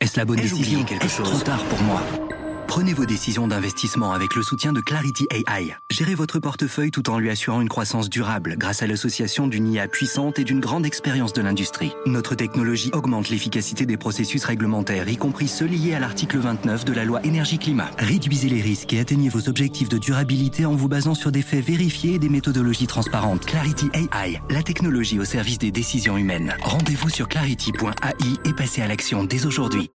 Est-ce la bonne décision? Est-ce trop tard pour moi? Prenez vos décisions d'investissement avec le soutien de Clarity AI. Gérez votre portefeuille tout en lui assurant une croissance durable grâce à l'association d'une IA puissante et d'une grande expérience de l'industrie. Notre technologie augmente l'efficacité des processus réglementaires, y compris ceux liés à l'article 29 de la loi Énergie-Climat. Réduisez les risques et atteignez vos objectifs de durabilité en vous basant sur des faits vérifiés et des méthodologies transparentes. Clarity AI, la technologie au service des décisions humaines. Rendez-vous sur clarity.ai et passez à l'action dès aujourd'hui.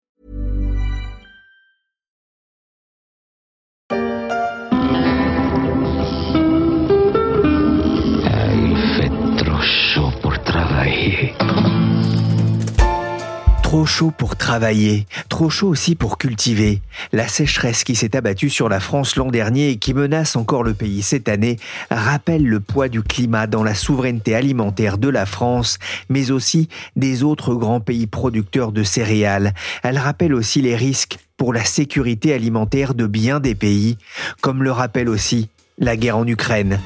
Trop chaud pour travailler, trop chaud aussi pour cultiver. La sécheresse qui s'est abattue sur la France l'an dernier et qui menace encore le pays cette année rappelle le poids du climat dans la souveraineté alimentaire de la France, mais aussi des autres grands pays producteurs de céréales. Elle rappelle aussi les risques pour la sécurité alimentaire de bien des pays, comme le rappelle aussi la guerre en Ukraine.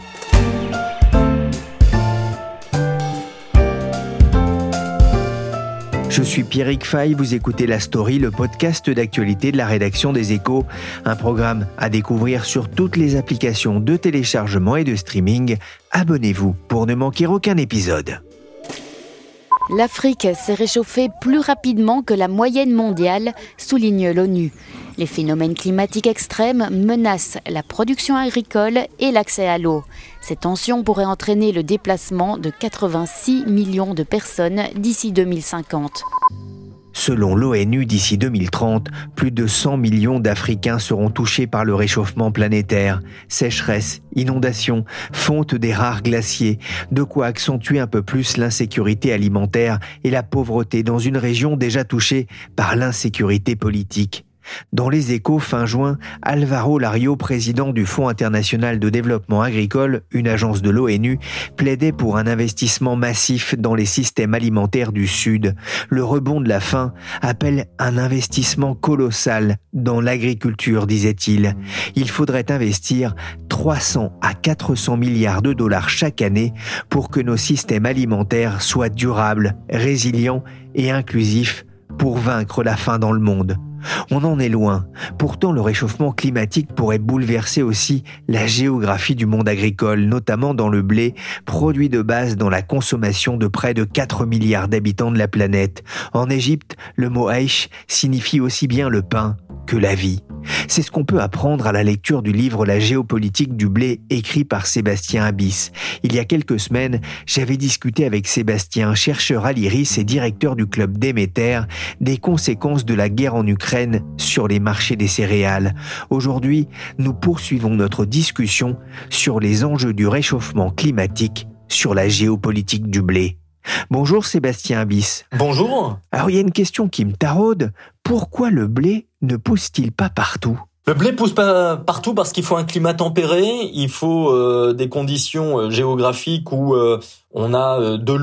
Je suis Pierrick Fay, vous écoutez La Story, le podcast d'actualité de la rédaction des Échos, un programme à découvrir sur toutes les applications de téléchargement et de streaming. Abonnez-vous pour ne manquer aucun épisode. L'Afrique s'est réchauffée plus rapidement que la moyenne mondiale, souligne l'ONU. Les phénomènes climatiques extrêmes menacent la production agricole et l'accès à l'eau. Ces tensions pourraient entraîner le déplacement de 86 millions de personnes d'ici 2050. Selon l'ONU, d'ici 2030, plus de 100 millions d'Africains seront touchés par le réchauffement planétaire. Sécheresse, inondations, fonte des rares glaciers, de quoi accentuer un peu plus l'insécurité alimentaire et la pauvreté dans une région déjà touchée par l'insécurité politique. Dans les Échos, fin juin, Alvaro Lario, président du Fonds international de développement agricole, une agence de l'ONU, plaidait pour un investissement massif dans les systèmes alimentaires du Sud. Le rebond de la faim appelle un investissement colossal dans l'agriculture, disait-il. Il faudrait investir 300 à 400 milliards de dollars chaque année pour que nos systèmes alimentaires soient durables, résilients et inclusifs pour vaincre la faim dans le monde. On en est loin. Pourtant, le réchauffement climatique pourrait bouleverser aussi la géographie du monde agricole, notamment dans le blé, produit de base dans la consommation de près de 4 milliards d'habitants de la planète. En Égypte, le mot Aish signifie aussi bien le pain que la vie. C'est ce qu'on peut apprendre à la lecture du livre La géopolitique du blé, écrit par Sébastien Abyss. Il y a quelques semaines, j'avais discuté avec Sébastien, chercheur à l'IRIS et directeur du club Déméter, des conséquences de la guerre en Ukraine sur les marchés des céréales. Aujourd'hui, nous poursuivons notre discussion sur les enjeux du réchauffement climatique sur la géopolitique du blé. Bonjour Sébastien Abyss. Bonjour. Alors il y a une question qui me taraude. Pourquoi le blé ne pousse-t-il pas partout ? Le blé pousse pas partout parce qu'il faut un climat tempéré, il faut des conditions géographiques où on a de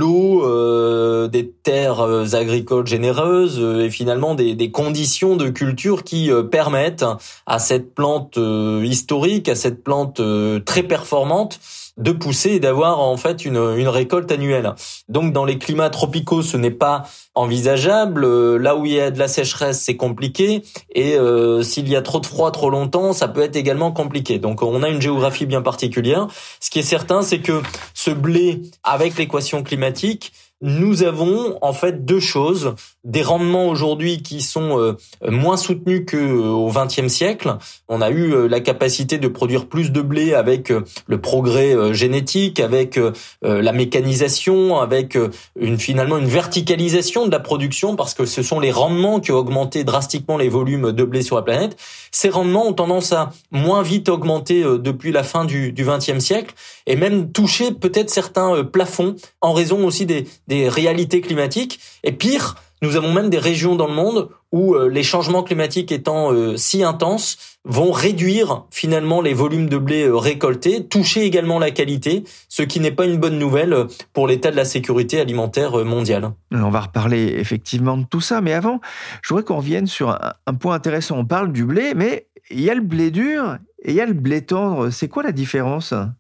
l'eau, des terres agricoles généreuses et finalement des conditions de culture qui permettent à cette plante historique, à cette plante très performante de pousser et d'avoir en fait une récolte annuelle. Donc dans les climats tropicaux, ce n'est pas envisageable. Là où il y a de la sécheresse, c'est compliqué. Et s'il y a trop de froid trop longtemps, ça peut être également compliqué. Donc on a une géographie bien particulière. Ce qui est certain, c'est que ce blé, avec l'équation climatique, nous avons en fait deux choses. Des rendements aujourd'hui qui sont moins soutenus qu'au XXe siècle. On a eu la capacité de produire plus de blé avec le progrès génétique, avec la mécanisation, avec finalement une verticalisation de la production, parce que ce sont les rendements qui ont augmenté drastiquement les volumes de blé sur la planète. Ces rendements ont tendance à moins vite augmenter depuis la fin du XXe siècle et même toucher peut-être certains plafonds en raison aussi des réalités climatiques. Et pire, nous avons même des régions dans le monde où les changements climatiques étant si intenses vont réduire finalement les volumes de blé récoltés, toucher également la qualité, ce qui n'est pas une bonne nouvelle pour l'état de la sécurité alimentaire mondiale. On va reparler effectivement de tout ça, mais avant, je voudrais qu'on revienne sur un point intéressant. On parle du blé, mais il y a le blé dur et il y a le blé tendre. C'est quoi la différence ?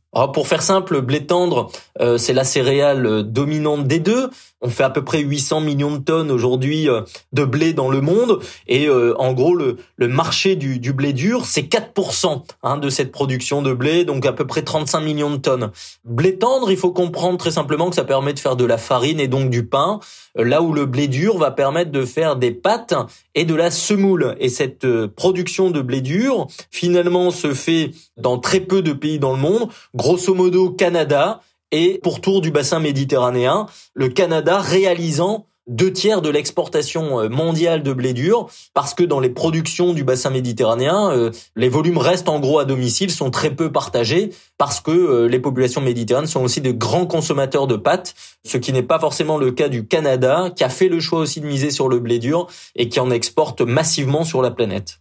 Alors, pour faire simple, le blé tendre, c'est la céréale dominante des deux. On fait à peu près 800 millions de tonnes aujourd'hui de blé dans le monde. Et en gros, le marché du blé dur, c'est 4% de cette production de blé, donc à peu près 35 millions de tonnes. Blé tendre, il faut comprendre très simplement que ça permet de faire de la farine et donc du pain, là où le blé dur va permettre de faire des pâtes et de la semoule. Et cette production de blé dur, finalement, se fait dans très peu de pays dans le monde, grosso modo Canada, et pourtour du bassin méditerranéen, le Canada réalisant 2/3 de l'exportation mondiale de blé dur, parce que dans les productions du bassin méditerranéen, les volumes restent en gros à domicile, sont très peu partagés, parce que les populations méditerranéennes sont aussi de grands consommateurs de pâtes, ce qui n'est pas forcément le cas du Canada, qui a fait le choix aussi de miser sur le blé dur et qui en exporte massivement sur la planète.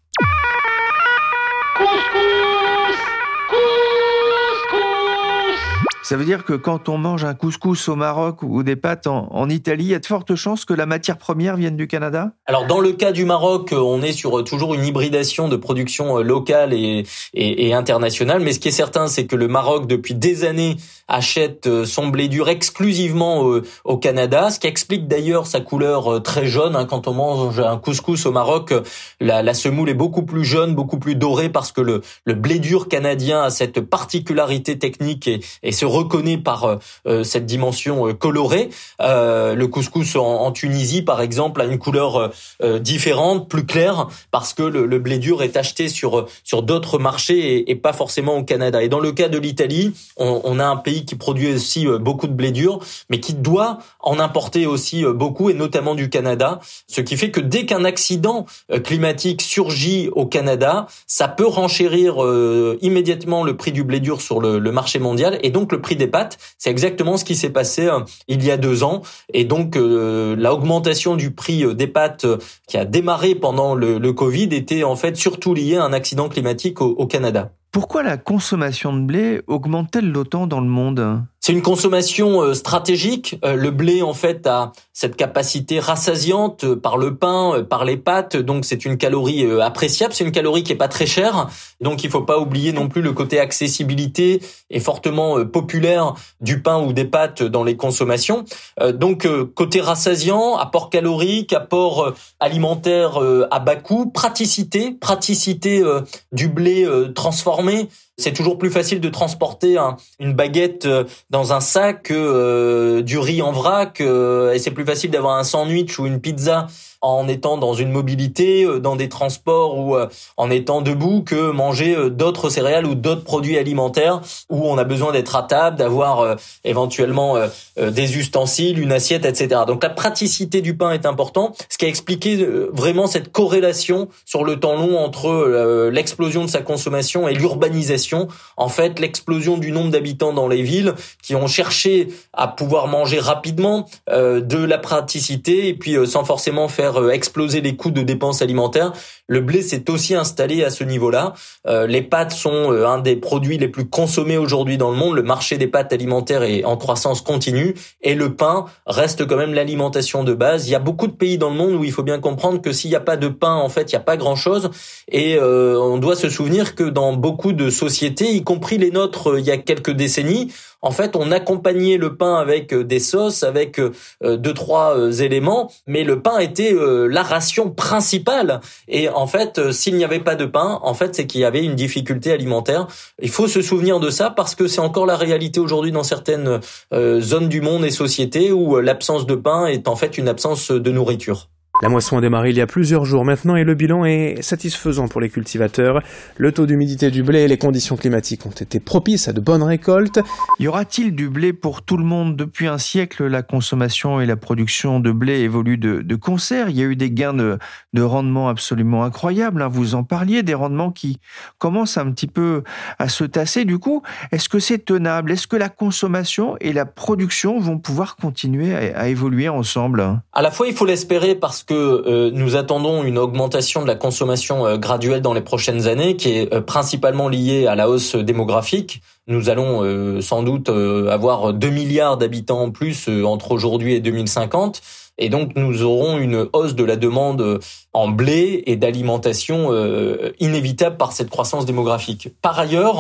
Ça veut dire que quand on mange un couscous au Maroc ou des pâtes en Italie, il y a de fortes chances que la matière première vienne du Canada ? Alors dans le cas du Maroc, on est sur toujours une hybridation de production locale et internationale, mais ce qui est certain, c'est que le Maroc depuis des années achète son blé dur exclusivement au Canada, ce qui explique d'ailleurs sa couleur très jaune. Quand on mange un couscous au Maroc, la semoule est beaucoup plus jaune, beaucoup plus dorée, parce que le blé dur canadien a cette particularité technique et se reconnaît par cette dimension colorée. Le couscous en Tunisie, par exemple, a une couleur différente, plus claire, parce que le blé dur est acheté sur d'autres marchés et pas forcément au Canada. Et dans le cas de l'Italie, on a un pays qui produit aussi beaucoup de blé dur, mais qui doit en importer aussi beaucoup, et notamment du Canada, ce qui fait que dès qu'un accident climatique surgit au Canada, ça peut renchérir immédiatement le prix du blé dur sur le marché mondial, et donc le prix des pâtes. C'est exactement ce qui s'est passé il y a 2 ans, et donc la augmentation du prix des pâtes qui a démarré pendant le Covid était en fait surtout liée à un accident climatique au Canada. Pourquoi la consommation de blé augmente-t-elle d'autant dans le monde ? C'est une consommation stratégique. Le blé, en fait, a cette capacité rassasiante par le pain, par les pâtes. Donc, c'est une calorie appréciable. C'est une calorie qui est pas très chère. Donc, il faut pas oublier non plus le côté accessibilité et fortement populaire du pain ou des pâtes dans les consommations. Donc, côté rassasiant, apport calorique, apport alimentaire à bas coût, praticité du blé transformé. C'est toujours plus facile de transporter une baguette dans un sac que du riz en vrac, et c'est plus facile d'avoir un sandwich ou une pizza en étant dans une mobilité, dans des transports ou en étant debout, que manger d'autres céréales ou d'autres produits alimentaires où on a besoin d'être à table, d'avoir éventuellement des ustensiles, une assiette, etc. Donc la praticité du pain est important, ce qui a expliqué vraiment cette corrélation sur le temps long entre l'explosion de sa consommation et l'urbanisation. En fait, l'explosion du nombre d'habitants dans les villes qui ont cherché à pouvoir manger rapidement, de la praticité, et puis sans forcément faire exploser les coûts de dépenses alimentaires. Le blé s'est aussi installé à ce niveau-là. Les pâtes sont un des produits les plus consommés aujourd'hui dans le monde. Le marché des pâtes alimentaires est en croissance continue, et le pain reste quand même l'alimentation de base. Il y a beaucoup de pays dans le monde où il faut bien comprendre que s'il n'y a pas de pain, en fait, il n'y a pas grand-chose. Et on doit se souvenir que dans beaucoup de sociétés, y compris les nôtres il y a quelques décennies, en fait, on accompagnait le pain avec des sauces, avec 2-3 éléments, mais le pain était la ration principale. Et en fait, s'il n'y avait pas de pain, en fait, c'est qu'il y avait une difficulté alimentaire. Il faut se souvenir de ça, parce que c'est encore la réalité aujourd'hui dans certaines zones du monde et sociétés où l'absence de pain est en fait une absence de nourriture. La moisson a démarré il y a plusieurs jours maintenant et le bilan est satisfaisant pour les cultivateurs. Le taux d'humidité du blé et les conditions climatiques ont été propices à de bonnes récoltes. Y aura-t-il du blé pour tout le monde ? Depuis un siècle, la consommation et la production de blé évoluent de concert. Il y a eu des gains de rendement absolument incroyables. Vous en parliez, des rendements qui commencent un petit peu à se tasser. Du coup, est-ce que c'est tenable ? Est-ce que la consommation et la production vont pouvoir continuer à évoluer ensemble ? À la fois, il faut l'espérer, parce que nous attendons une augmentation de la consommation graduelle dans les prochaines années, qui est principalement liée à la hausse démographique. Nous allons sans doute avoir 2 milliards d'habitants en plus entre aujourd'hui et 2050. Et donc, nous aurons une hausse de la demande en blé et d'alimentation inévitable par cette croissance démographique. Par ailleurs,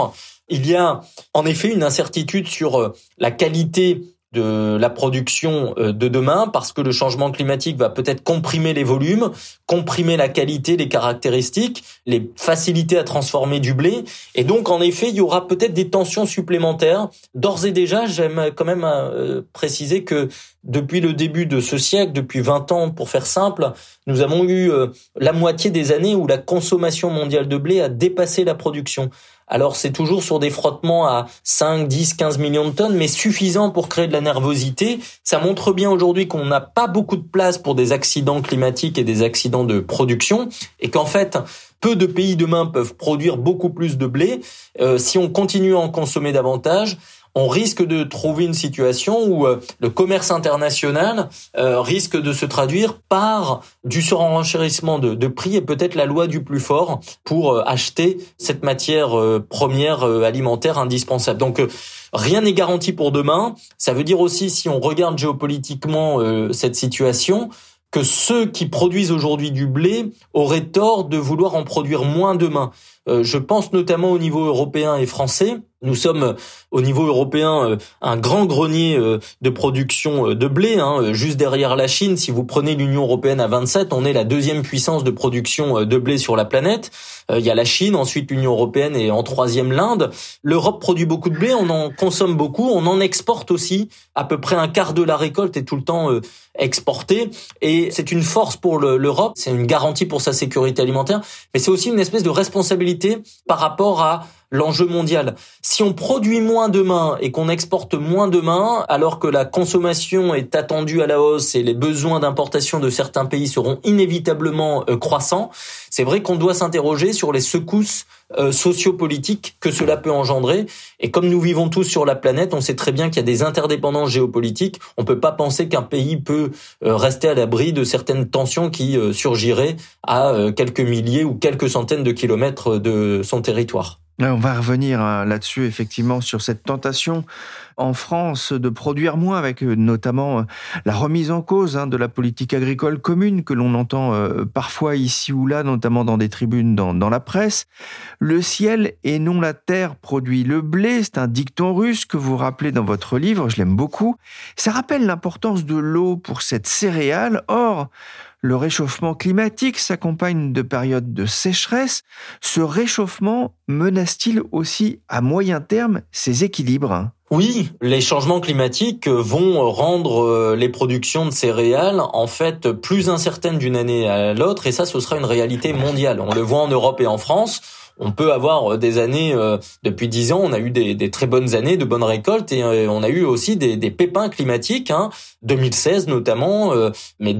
Il y a en effet une incertitude sur la qualité de la production de demain, parce que le changement climatique va peut-être comprimer les volumes, comprimer la qualité, les caractéristiques, les facilités à transformer du blé. Et donc, en effet, il y aura peut-être des tensions supplémentaires. D'ores et déjà, j'aime quand même préciser que depuis le début de ce siècle, depuis 20 ans, pour faire simple, nous avons eu la moitié des années où la consommation mondiale de blé a dépassé la production. Alors c'est toujours sur des frottements à 5, 10, 15 millions de tonnes, mais suffisant pour créer de la nervosité. Ça montre bien aujourd'hui qu'on n'a pas beaucoup de place pour des accidents climatiques et des accidents de production, et qu'en fait, peu de pays demain peuvent produire beaucoup plus de blé. Si on continue à en consommer davantage, on risque de trouver une situation où le commerce international risque de se traduire par du surenchérissement de prix et peut-être la loi du plus fort pour acheter cette matière première alimentaire indispensable. Donc rien n'est garanti pour demain. Ça veut dire aussi, si on regarde géopolitiquement cette situation, que ceux qui produisent aujourd'hui du blé auraient tort de vouloir en produire moins demain. Je pense notamment au niveau européen et français. Nous sommes au niveau européen un grand grenier de production de blé, juste derrière la Chine. Si vous prenez l'Union européenne à 27, on est la deuxième puissance de production de blé sur la planète. Il y a la Chine, ensuite l'Union européenne et en troisième l'Inde. L'Europe produit beaucoup de blé, on en consomme beaucoup, on en exporte aussi. À peu près un quart de la récolte est tout le temps exporté. Et c'est une force pour l'Europe, c'est une garantie pour sa sécurité alimentaire, mais c'est aussi une espèce de responsabilité par rapport à l'enjeu mondial. Si on produit moins demain et qu'on exporte moins demain, alors que la consommation est attendue à la hausse et les besoins d'importation de certains pays seront inévitablement croissants, c'est vrai qu'on doit s'interroger sur les secousses sociopolitiques que cela peut engendrer. Et comme nous vivons tous sur la planète, on sait très bien qu'il y a des interdépendances géopolitiques. On peut pas penser qu'un pays peut rester à l'abri de certaines tensions qui surgiraient à quelques milliers ou quelques centaines de kilomètres de son territoire. On va revenir là-dessus, effectivement, sur cette tentation en France de produire moins, avec notamment la remise en cause de la politique agricole commune que l'on entend parfois ici ou là, notamment dans des tribunes dans la presse. Le ciel et non la terre produit le blé, c'est un dicton russe que vous rappelez dans votre livre, je l'aime beaucoup. Ça rappelle l'importance de l'eau pour cette céréale. Or, le réchauffement climatique s'accompagne de périodes de sécheresse. Ce réchauffement menace-t-il aussi à moyen terme ces équilibres ? Oui, les changements climatiques vont rendre les productions de céréales en fait plus incertaines d'une année à l'autre, et ça, ce sera une réalité mondiale. On le voit en Europe et en France. On peut avoir des années, depuis 10 ans, on a eu des très bonnes années, de bonnes récoltes, et on a eu aussi des pépins climatiques, 2016 notamment, mais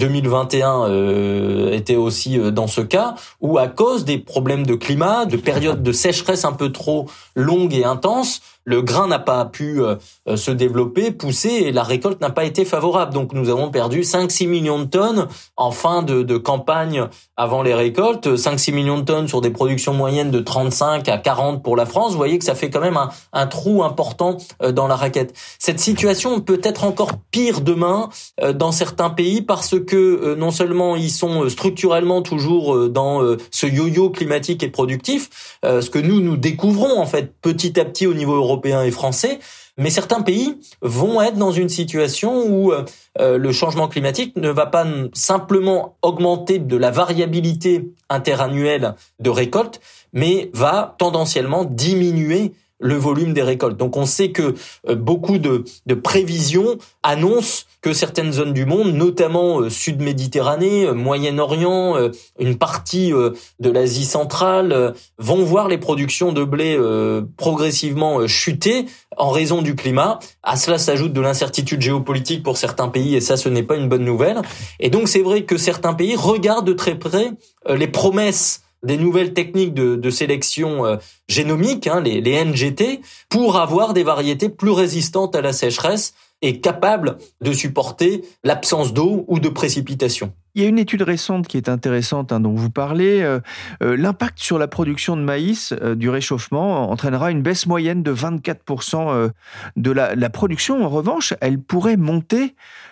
2021 était aussi dans ce cas, où à cause des problèmes de climat, de périodes de sécheresse un peu trop longues et intenses, le grain n'a pas pu se développer, pousser, et la récolte n'a pas été favorable. Donc nous avons perdu 5-6 millions de tonnes en fin de campagne avant les récoltes, 5-6 millions de tonnes sur des productions moyennes de 35 à 40 pour la France. Vous voyez que ça fait quand même un trou important dans la raquette. Cette situation peut être encore pire demain dans certains pays, parce que non seulement ils sont structurellement toujours dans ce yo-yo climatique et productif, ce que nous découvrons en fait petit à petit au niveau européen et français, mais certains pays vont être dans une situation où le changement climatique ne va pas simplement augmenter de la variabilité interannuelle de récolte, mais va tendanciellement diminuer le volume des récoltes. Donc on sait que beaucoup de prévisions annoncent que certaines zones du monde, notamment Sud-Méditerranée, Moyen-Orient, une partie de l'Asie centrale, vont voir les productions de blé progressivement chuter en raison du climat. À cela s'ajoute de l'incertitude géopolitique pour certains pays, et ça, ce n'est pas une bonne nouvelle. Et donc c'est vrai que certains pays regardent de très près les promesses des nouvelles techniques de sélection génomique, les NGT, pour avoir des variétés plus résistantes à la sécheresse et capables de supporter l'absence d'eau ou de précipitations. Il y a une étude récente qui est intéressante dont vous parlez. L'impact sur la production de maïs du réchauffement entraînera une baisse moyenne de 24% de la production. En revanche, elle pourrait monter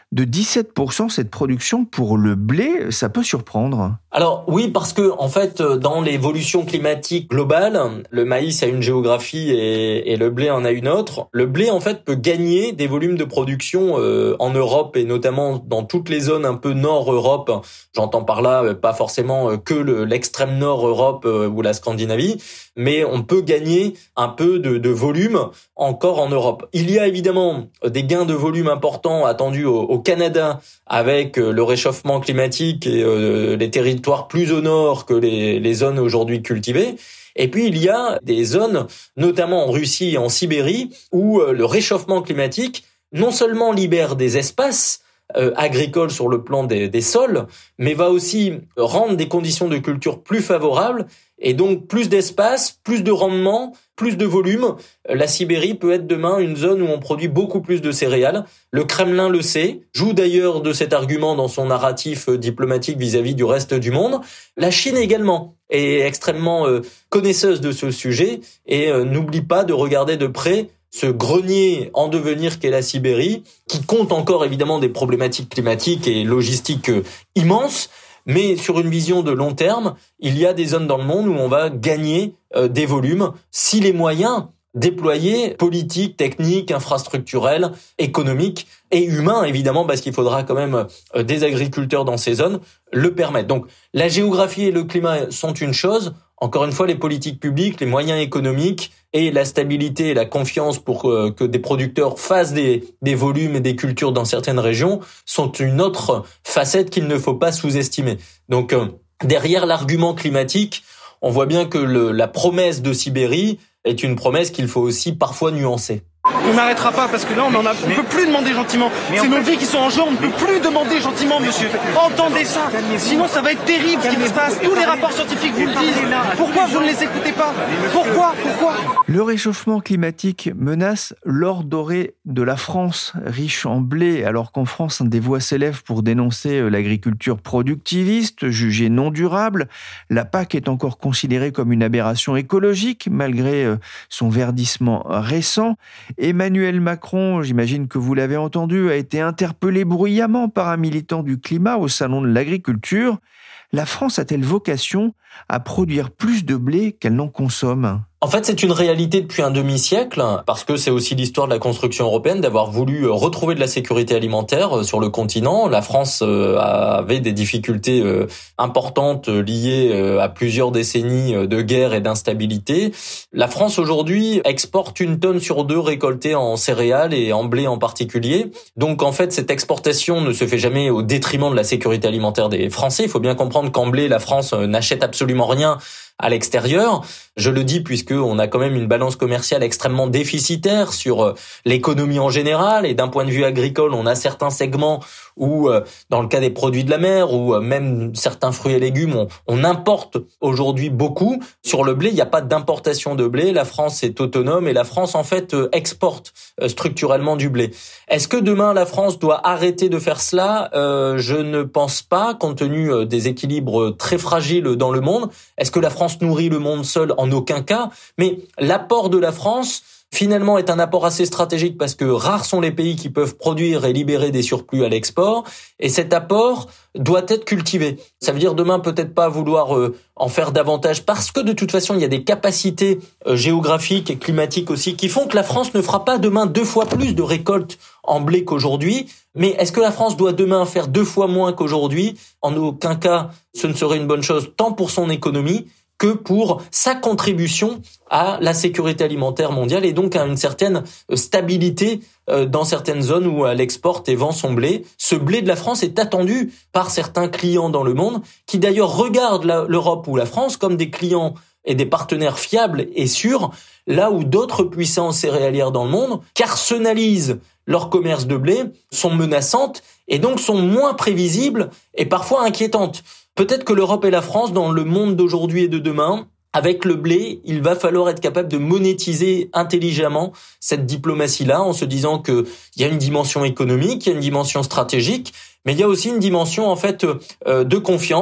de 17% cette production pour le blé, ça peut surprendre. Alors oui, parce que en fait, dans l'évolution climatique globale, le maïs a une géographie et le blé en a une autre. Le blé en fait peut gagner des volumes de production en Europe et notamment dans toutes les zones un peu nord Europe. J'entends par là pas forcément que l'extrême nord Europe ou la Scandinavie, mais on peut gagner un peu de volume encore en Europe. Il y a évidemment des gains de volume importants attendus au Canada avec le réchauffement climatique et les territoires plus au nord que les zones aujourd'hui cultivées. Et puis il y a des zones, notamment en Russie et en Sibérie, où le réchauffement climatique non seulement libère des espaces agricoles sur le plan des sols, mais va aussi rendre des conditions de culture plus favorables et donc plus d'espace, plus de rendement, plus de volume. La Sibérie peut être demain une zone où on produit beaucoup plus de céréales. Le Kremlin le sait, joue d'ailleurs de cet argument dans son narratif diplomatique vis-à-vis du reste du monde. La Chine également est extrêmement connaisseuse de ce sujet et n'oublie pas de regarder de près ce grenier en devenir qu'est la Sibérie, qui compte encore évidemment des problématiques climatiques et logistiques immenses, mais sur une vision de long terme, il y a des zones dans le monde où on va gagner des volumes si les moyens déployés, politiques, techniques, infrastructurels, économiques et humains évidemment, parce qu'il faudra quand même des agriculteurs dans ces zones, le permettent. Donc la géographie et le climat sont une chose. Encore une fois, les politiques publiques, les moyens économiques et la stabilité et la confiance pour que des producteurs fassent des volumes et des cultures dans certaines régions sont une autre facette qu'il ne faut pas sous-estimer. Donc, derrière l'argument climatique, on voit bien que la promesse de Sibérie est une promesse qu'il faut aussi parfois nuancer. On n'arrêtera pas parce que là on peut plus demander gentiment. C'est nos vies qui sont en jeu, on ne peut plus demander gentiment, monsieur. Entendez ça, sinon ça va être terrible ce qui se passe. Tous les rapports scientifiques vous le disent. Pourquoi vous ne les écoutez pas ? Pourquoi ? Le réchauffement climatique menace l'or doré de la France, riche en blé, alors qu'en France, des voix s'élèvent pour dénoncer l'agriculture productiviste, jugée non durable. La PAC est encore considérée comme une aberration écologique, malgré son verdissement récent. Emmanuel Macron, j'imagine que vous l'avez entendu, a été interpellé bruyamment par un militant du climat au Salon de l'Agriculture. La France a-t-elle vocation à produire plus de blé qu'elle n'en consomme ? En fait, c'est une réalité depuis un demi-siècle, parce que c'est aussi l'histoire de la construction européenne d'avoir voulu retrouver de la sécurité alimentaire sur le continent. La France avait des difficultés importantes liées à plusieurs décennies de guerre et d'instabilité. La France aujourd'hui exporte 1 tonne sur 2 récoltée en céréales et en blé en particulier. Donc en fait, cette exportation ne se fait jamais au détriment de la sécurité alimentaire des Français. Il faut bien comprendre qu'en blé, la France n'achète absolument rien à l'extérieur. Je le dis puisque on a quand même une balance commerciale extrêmement déficitaire sur l'économie en général, et d'un point de vue agricole, on a certains segments où, dans le cas des produits de la mer ou même certains fruits et légumes, on importe aujourd'hui beaucoup. Sur le blé, il n'y a pas d'importation de blé. La France est autonome et la France, en fait, exporte structurellement du blé. Est-ce que demain, la France doit arrêter de faire cela ? Je ne pense pas, compte tenu des équilibres très fragiles dans le monde. Est-ce que la France nourrit le monde seule ? En aucun cas. Mais l'apport de la France, finalement, est un apport assez stratégique parce que rares sont les pays qui peuvent produire et libérer des surplus à l'export. Et cet apport doit être cultivé. Ça veut dire demain peut-être pas vouloir en faire davantage parce que de toute façon, il y a des capacités géographiques et climatiques aussi qui font que la France ne fera pas demain 2 fois plus de récoltes en blé qu'aujourd'hui. Mais est-ce que la France doit demain faire 2 fois moins qu'aujourd'hui ? En aucun cas, ce ne serait une bonne chose tant pour son économie que pour sa contribution à la sécurité alimentaire mondiale et donc à une certaine stabilité dans certaines zones où elle exporte et vend son blé. Ce blé de la France est attendu par certains clients dans le monde qui d'ailleurs regardent l'Europe ou la France comme des clients et des partenaires fiables et sûrs, là où d'autres puissances céréalières dans le monde qu'arsenalisent leur commerce de blé, sont menaçantes et donc sont moins prévisibles et parfois inquiétantes. Peut-être que l'Europe et la France, dans le monde d'aujourd'hui et de demain, avec le blé, il va falloir être capable de monétiser intelligemment cette diplomatie-là en se disant qu'il y a une dimension économique, il y a une dimension stratégique, mais il y a aussi une dimension en fait de confiance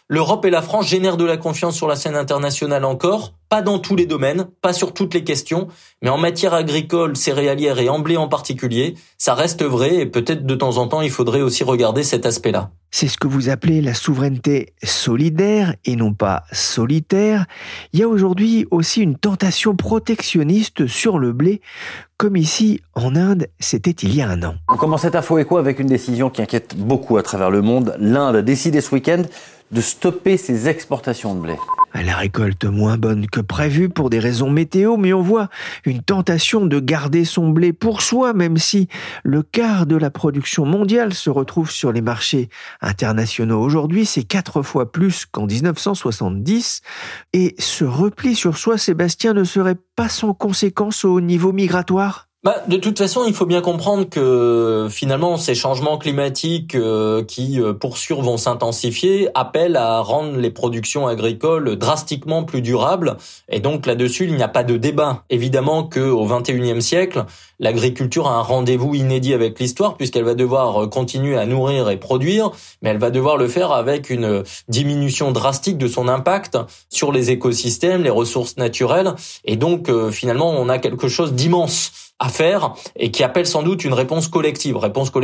l'Europe et la France génèrent de la confiance sur la scène internationale encore, pas dans tous les domaines, pas sur toutes les questions, mais en matière agricole, céréalière et en blé en particulier, ça reste vrai et peut-être de temps en temps il faudrait aussi regarder cet aspect-là. C'est ce que vous appelez la souveraineté solidaire et non pas solitaire. Il y a aujourd'hui aussi une tentation protectionniste sur le blé, comme ici en Inde, c'était il y a un an. On commence cette info écho avec une décision qui inquiète beaucoup à travers le monde. L'Inde a décidé ce week-end de stopper ses exportations de blé. La récolte moins bonne que prévu pour des raisons météo, mais on voit une tentation de garder son blé pour soi, même si le quart de la production mondiale se retrouve sur les marchés internationaux. Aujourd'hui, c'est 4 fois plus qu'en 1970. Et ce repli sur soi, Sébastien, ne serait pas sans conséquence au niveau migratoire ? De toute façon, il faut bien comprendre que finalement, ces changements climatiques qui, pour sûr, vont s'intensifier, appellent à rendre les productions agricoles drastiquement plus durables. Et donc là-dessus, il n'y a pas de débat. Évidemment qu'au XXIe siècle, l'agriculture a un rendez-vous inédit avec l'histoire puisqu'elle va devoir continuer à nourrir et produire, mais elle va devoir le faire avec une diminution drastique de son impact sur les écosystèmes, les ressources naturelles. Et donc, finalement, on a quelque chose d'immense à faire et qui appelle sans doute une réponse collective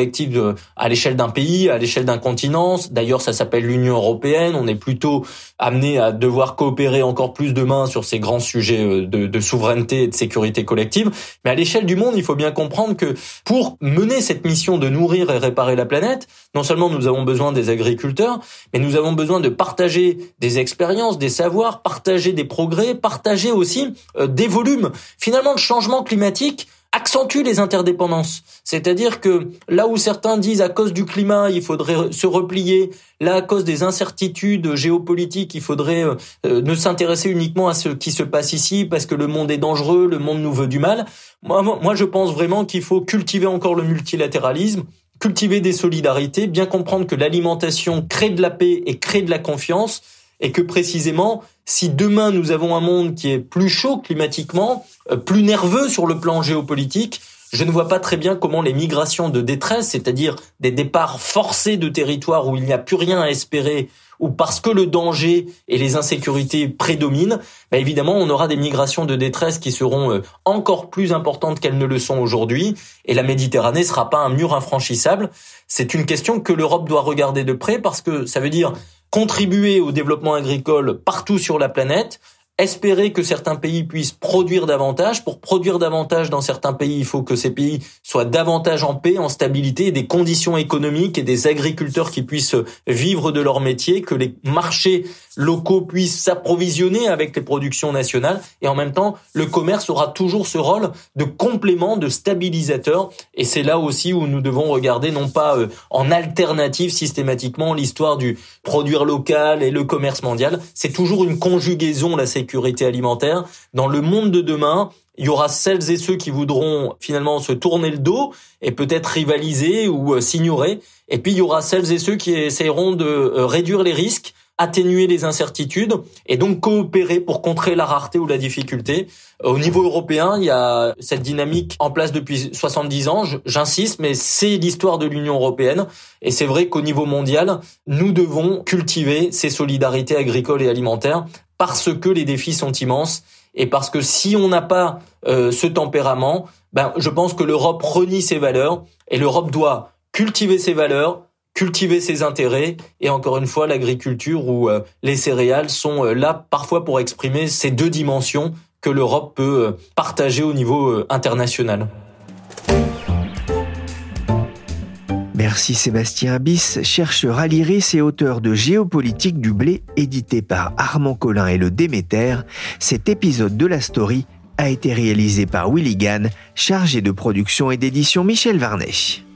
à l'échelle d'un pays, à l'échelle d'un continent. D'ailleurs, ça s'appelle l'Union européenne. On est plutôt amené à devoir coopérer encore plus demain sur ces grands sujets de souveraineté et de sécurité collective. Mais à l'échelle du monde, il faut bien comprendre que pour mener cette mission de nourrir et réparer la planète, non seulement nous avons besoin des agriculteurs, mais nous avons besoin de partager des expériences, des savoirs, partager des progrès, partager aussi des volumes. Finalement, le changement climatique accentue les interdépendances. C'est-à-dire que là où certains disent à cause du climat, il faudrait se replier, là à cause des incertitudes géopolitiques, il faudrait ne s'intéresser uniquement à ce qui se passe ici parce que le monde est dangereux, le monde nous veut du mal. Moi, je pense vraiment qu'il faut cultiver encore le multilatéralisme, cultiver des solidarités, bien comprendre que l'alimentation crée de la paix et crée de la confiance et que précisément, si demain nous avons un monde qui est plus chaud climatiquement, plus nerveux sur le plan géopolitique, je ne vois pas très bien comment les migrations de détresse, c'est-à-dire des départs forcés de territoires où il n'y a plus rien à espérer, ou parce que le danger et les insécurités prédominent, évidemment, on aura des migrations de détresse qui seront encore plus importantes qu'elles ne le sont aujourd'hui, et la Méditerranée sera pas un mur infranchissable. C'est une question que l'Europe doit regarder de près parce que ça veut dire contribuer au développement agricole partout sur la planète, espérer que certains pays puissent produire davantage. Pour produire davantage dans certains pays, il faut que ces pays soient davantage en paix, en stabilité, et des conditions économiques et des agriculteurs qui puissent vivre de leur métier, que les marchés locaux puissent s'approvisionner avec les productions nationales. Et en même temps, le commerce aura toujours ce rôle de complément, de stabilisateur. Et c'est là aussi où nous devons regarder, non pas en alternative systématiquement l'histoire du produire local et le commerce mondial. C'est toujours une conjugaison, la sécurité alimentaire. Dans le monde de demain, il y aura celles et ceux qui voudront finalement se tourner le dos et peut-être rivaliser ou s'ignorer. Et puis il y aura celles et ceux qui essaieront de réduire les risques, atténuer les incertitudes et donc coopérer pour contrer la rareté ou la difficulté. Au niveau européen, il y a cette dynamique en place depuis 70 ans, j'insiste, mais c'est l'histoire de l'Union européenne. Et c'est vrai qu'au niveau mondial, nous devons cultiver ces solidarités agricoles et alimentaires parce que les défis sont immenses et parce que si on n'a pas ce tempérament, je pense que l'Europe renie ses valeurs et l'Europe doit cultiver ses valeurs, cultiver ses intérêts et encore une fois l'agriculture ou les céréales sont là parfois pour exprimer ces deux dimensions que l'Europe peut partager au niveau international. Merci Sébastien Abyss, chercheur à l'IRIS et auteur de Géopolitique du blé, édité par Armand Collin et le Déméter. Cet épisode de la story a été réalisé par Willy Gann, chargé de production et d'édition Michel Varnet.